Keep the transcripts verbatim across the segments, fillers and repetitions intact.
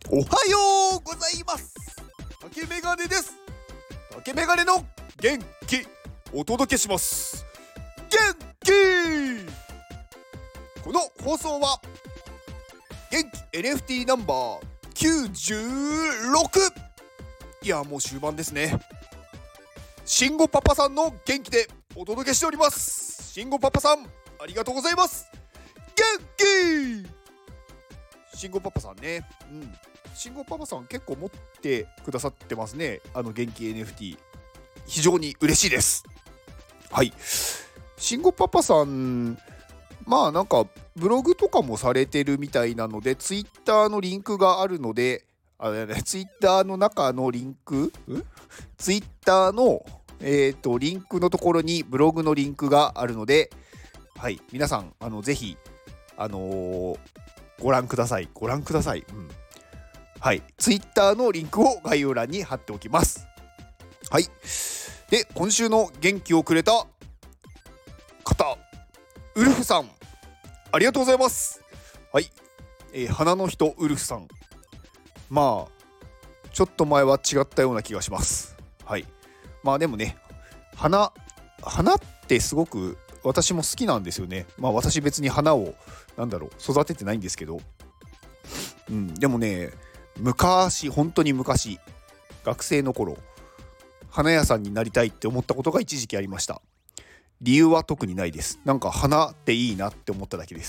おはようございます。竹メガネです。竹メガネの元気お届けします。元気。この放送は元気 エヌエフティー ナンバーきゅうじゅうろく、いやもう終盤ですね。慎吾パパさんの元気でお届けしております。慎吾パパさんありがとうございます。元気。慎吾パパさんね、うん慎吾パパさん結構持ってくださってますね。あの元気 エヌエフティー 非常に嬉しいです。はい、慎吾パパさんまあなんかブログとかもされてるみたいなので、ツイッターのリンクがあるので、あれね、ツイッターの中のリンクツイッターのえっとリンクのところにブログのリンクがあるので、はい皆さんあのぜひあのー、ご覧くださいご覧ください、うんはい、ツイッターのリンクを概要欄に貼っておきます。はい。で、今週の元気をくれた方、ウルフさん、ありがとうございます。はい。えー、花の人ウルフさん。まあ、ちょっと前は違ったような気がします。はい。まあでもね、花、花ってすごく私も好きなんですよね。まあ私別に花を、なんだろう、育ててないんですけど。うん、でもね、昔本当に昔学生の頃花屋さんになりたいって思ったことが一時期ありました。理由は特にないです。なんか花っていいなって思っただけです。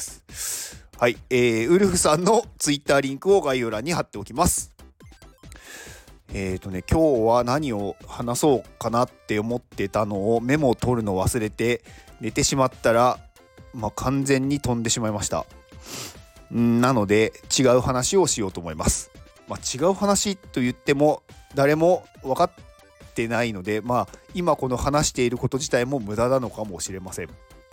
はい、えー、ウルフさんのツイッターリンクを概要欄に貼っておきます。えーとね今日は何を話そうかなって思ってたのをメモを取るのを忘れて寝てしまったら、まあ、完全に飛んでしまいました。んなので違う話をしようと思います。まあ、違う話と言っても誰も分かってないので、まあ、今この話していること自体も無駄なのかもしれません。う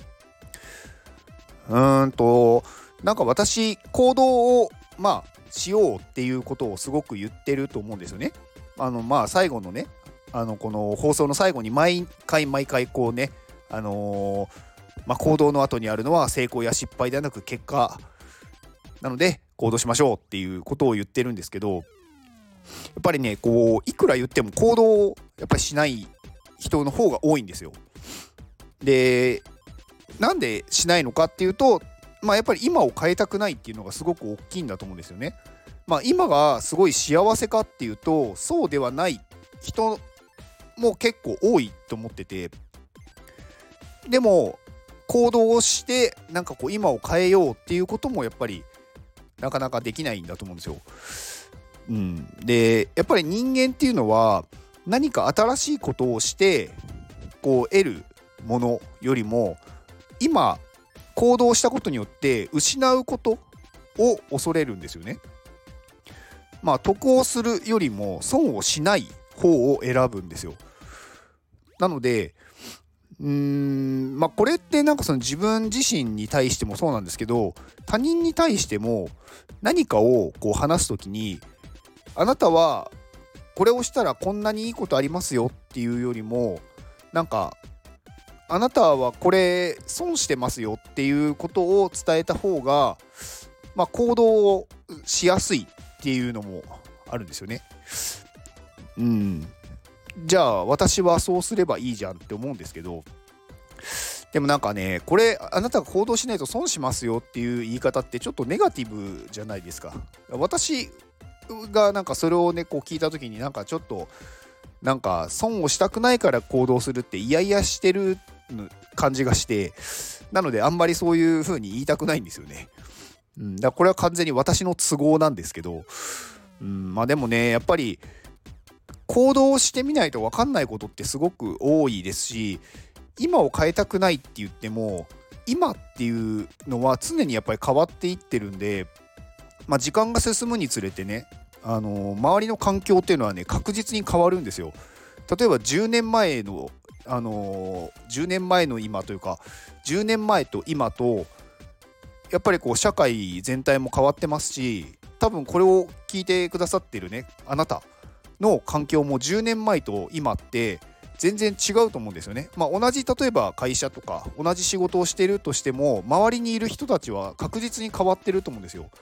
ーんとなんか私行動をまあしようっていうことをすごく言ってると思うんですよね。あのまあ最後のねあのこの放送の最後に毎回毎回こうねあのー、まあ行動の後にあるのは成功や失敗ではなく結果なので行動しましょうっていうことを言ってるんですけど、やっぱりねこういくら言っても行動をやっぱりしない人の方が多いんですよ。でなんでしないのかっていうと、まあやっぱり今を変えたくないっていうのがすごく大きいんだと思うんですよね。まあ今がすごい幸せかっていうとそうではない人も結構多いと思ってて、でも行動をしてなんかこう今を変えようっていうこともやっぱりなかなかできないんだと思うんですよ。うん、でやっぱり人間っていうのは何か新しいことをしてこう得るものよりも今行動したことによって失うことを恐れるんですよね。まあ得をするよりも損をしない方を選ぶんですよ。なのでうーんまあこれってなんかその自分自身に対してもそうなんですけど、他人に対しても何かをこう話すときにあなたはこれをしたらこんなにいいことありますよっていうよりも、なんかあなたはこれ損してますよっていうことを伝えた方が、まあ、行動をしやすいっていうのもあるんですよね。うんじゃあ私はそうすればいいじゃんって思うんですけど、でもなんかねこれあなたが行動しないと損しますよっていう言い方ってちょっとネガティブじゃないですか。私がなんかそれをねこう聞いた時になんかちょっとなんか損をしたくないから行動するって嫌々してる感じがして、なのであんまりそういう風に言いたくないんですよね。うん、だからこれは完全に私の都合なんですけど、うん、まあでもねやっぱり行動してみないと分かんないことってすごく多いですし、今を変えたくないって言っても今っていうのは常にやっぱり変わっていってるんで、まあ、時間が進むにつれてね、あのー、周りの環境っていうのはね確実に変わるんですよ。例えばじゅうねんまえの、あのー、じゅうねんまえの今というかじゅうねんまえと今とやっぱりこう社会全体も変わってますし、多分これを聞いてくださってるねあなたの環境もじゅうねんまえと今って全然違うと思うんですよね。まあ、同じ例えば会社とか同じ仕事をしているとしても周りにいる人たちは確実に変わってると思うんですよ。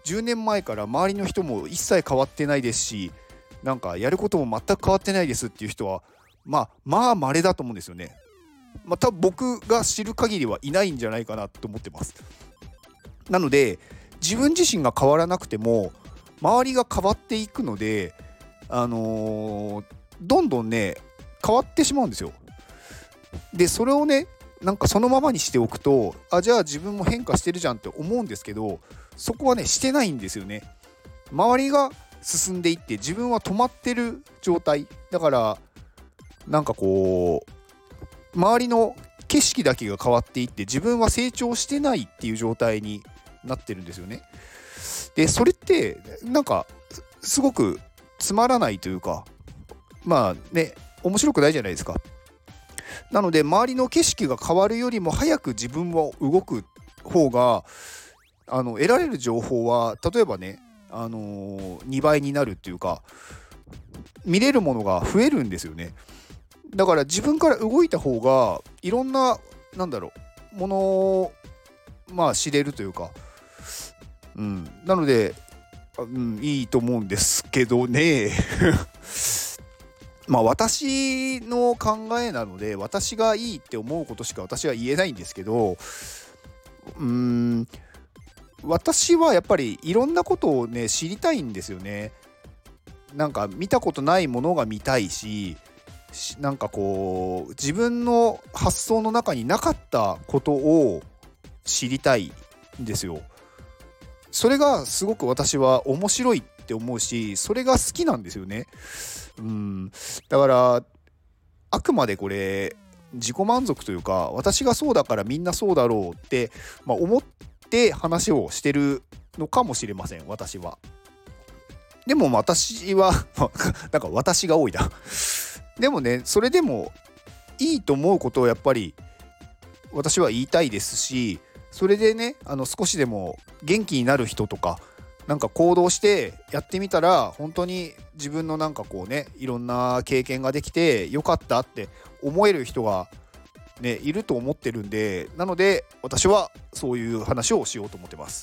じゅうねんまえから周りの人も一切変わってないですし、なんかやることも全く変わってないですっていう人はまあまあ稀だと思うんですよね。まあ多分僕が知る限りはいないんじゃないかなと思ってます。なので自分自身が変わらなくても周りが変わっていくので、あのー、どんどんね変わってしまうんですよ。でそれをねなんかそのままにしておくと、あじゃあ自分も変化してるじゃんって思うんですけど、そこはねしてないんですよね。周りが進んでいって自分は止まってる状態だから、なんかこう周りの景色だけが変わっていって自分は成長してないっていう状態になってるんですよね。でそれってなんかすごくつまらないというか、まあね面白くないじゃないですか。なので周りの景色が変わるよりも早く自分は動く方があの得られる情報は例えばね、あのー、にばいになるっていうか見れるものが増えるんですよね。だから自分から動いた方がいろんななんだろうものをまあ知れるというか、うん、なので、うん、いいと思うんですけどねまあ私の考えなので私がいいって思うことしか私は言えないんですけど、うーん私はやっぱりいろんなことをね知りたいんですよね。なんか見たことないものが見たいし、なんかこう自分の発想の中になかったことを知りたいんですよ。それがすごく私は面白いって思うし、それが好きなんですよね。うん、だからあくまでこれ自己満足というか、私がそうだからみんなそうだろうって、まあ、思って話をしてるのかもしれません。私はでも私はなんか私が多いなでもねそれでもいいと思うことをやっぱり私は言いたいですし、それでねあの少しでも元気になる人とかなんか行動してやってみたら本当に自分のなんかこうねいろんな経験ができてよかったって思える人がねいると思ってるんで、なので私はそういう話をしようと思ってます。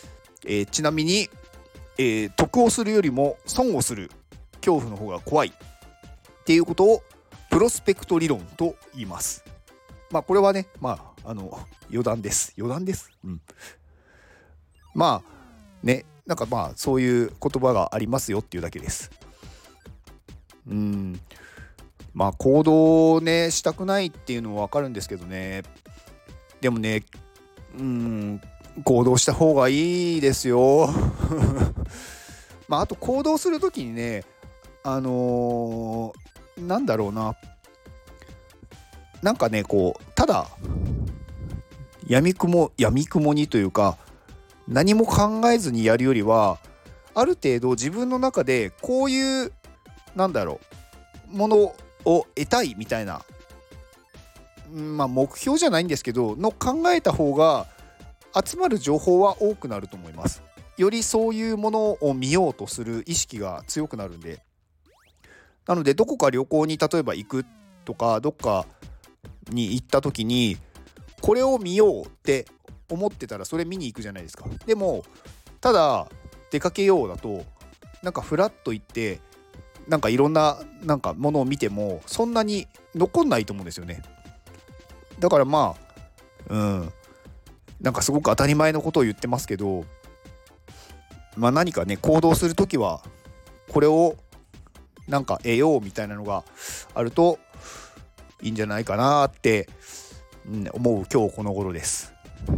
えー、ちなみに、えー、得をするよりも損をする恐怖の方が怖いっていうことをプロスペクト理論と言います。まあこれはねまああの余談です余談です、うん、まあねなんかまあそういう言葉がありますよっていうだけです。うん、まあ行動ねしたくないっていうのは分かるんですけどね、でもねうん行動した方がいいですよまああと行動するときにねあのー、なんだろうななんかねこうただ闇雲闇雲にというか何も考えずにやるよりはある程度自分の中でこういうなんだろうものを得たいみたいな、まあ目標じゃないんですけどの考えた方が集まる情報は多くなると思います。よりそういうものを見ようとする意識が強くなるんで、なのでどこか旅行に例えば行くとかどっかに行った時にこれを見ようって思ってたらそれ見に行くじゃないですか。でもただ出かけようだとなんかフラッと行ってなんかいろんななんかものを見てもそんなに残んないと思うんですよね。だからまあうんなんかすごく当たり前のことを言ってますけど、まあ何かね行動するときはこれをなんか得ようみたいなのがあるといいんじゃないかなって、うん、思う今日この頃です。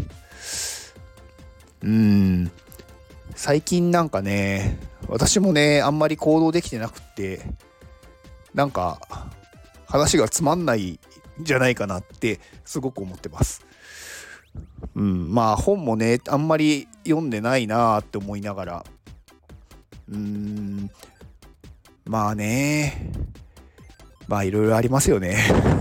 うーん最近なんかね私もねあんまり行動できてなくってなんか話がつまんないんじゃないかなってすごく思ってます。うん、まあ本もねあんまり読んでないなって思いながらうーんまあねまあいろいろありますよね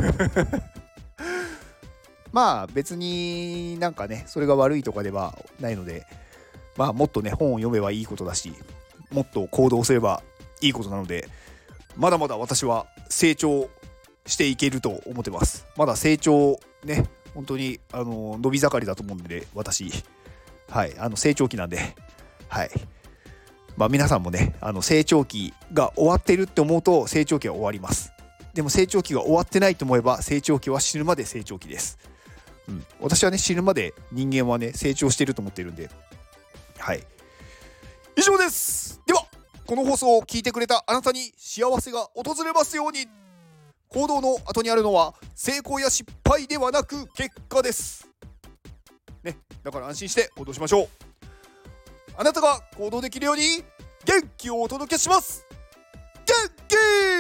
まあ別になんかねそれが悪いとかではないので、まあもっとね本を読めばいいことだしもっと行動すればいいことなので、まだまだ私は成長していけると思ってます。まだ成長ね本当にあの伸び盛りだと思うんで私はいあの成長期なんではい。まあ皆さんもね、あの成長期が終わってるって思うと成長期は終わります。でも成長期が終わってないと思えば成長期は死ぬまで成長期です。うん、私はね死ぬまで人間はね成長してると思ってるんで、はい。以上です。ではこの放送を聞いてくれたあなたに幸せが訪れますように。行動の後にあるのは成功や失敗ではなく結果ですね。だから安心して行動しましょう。あなたが行動できるように元気をお届けします。元気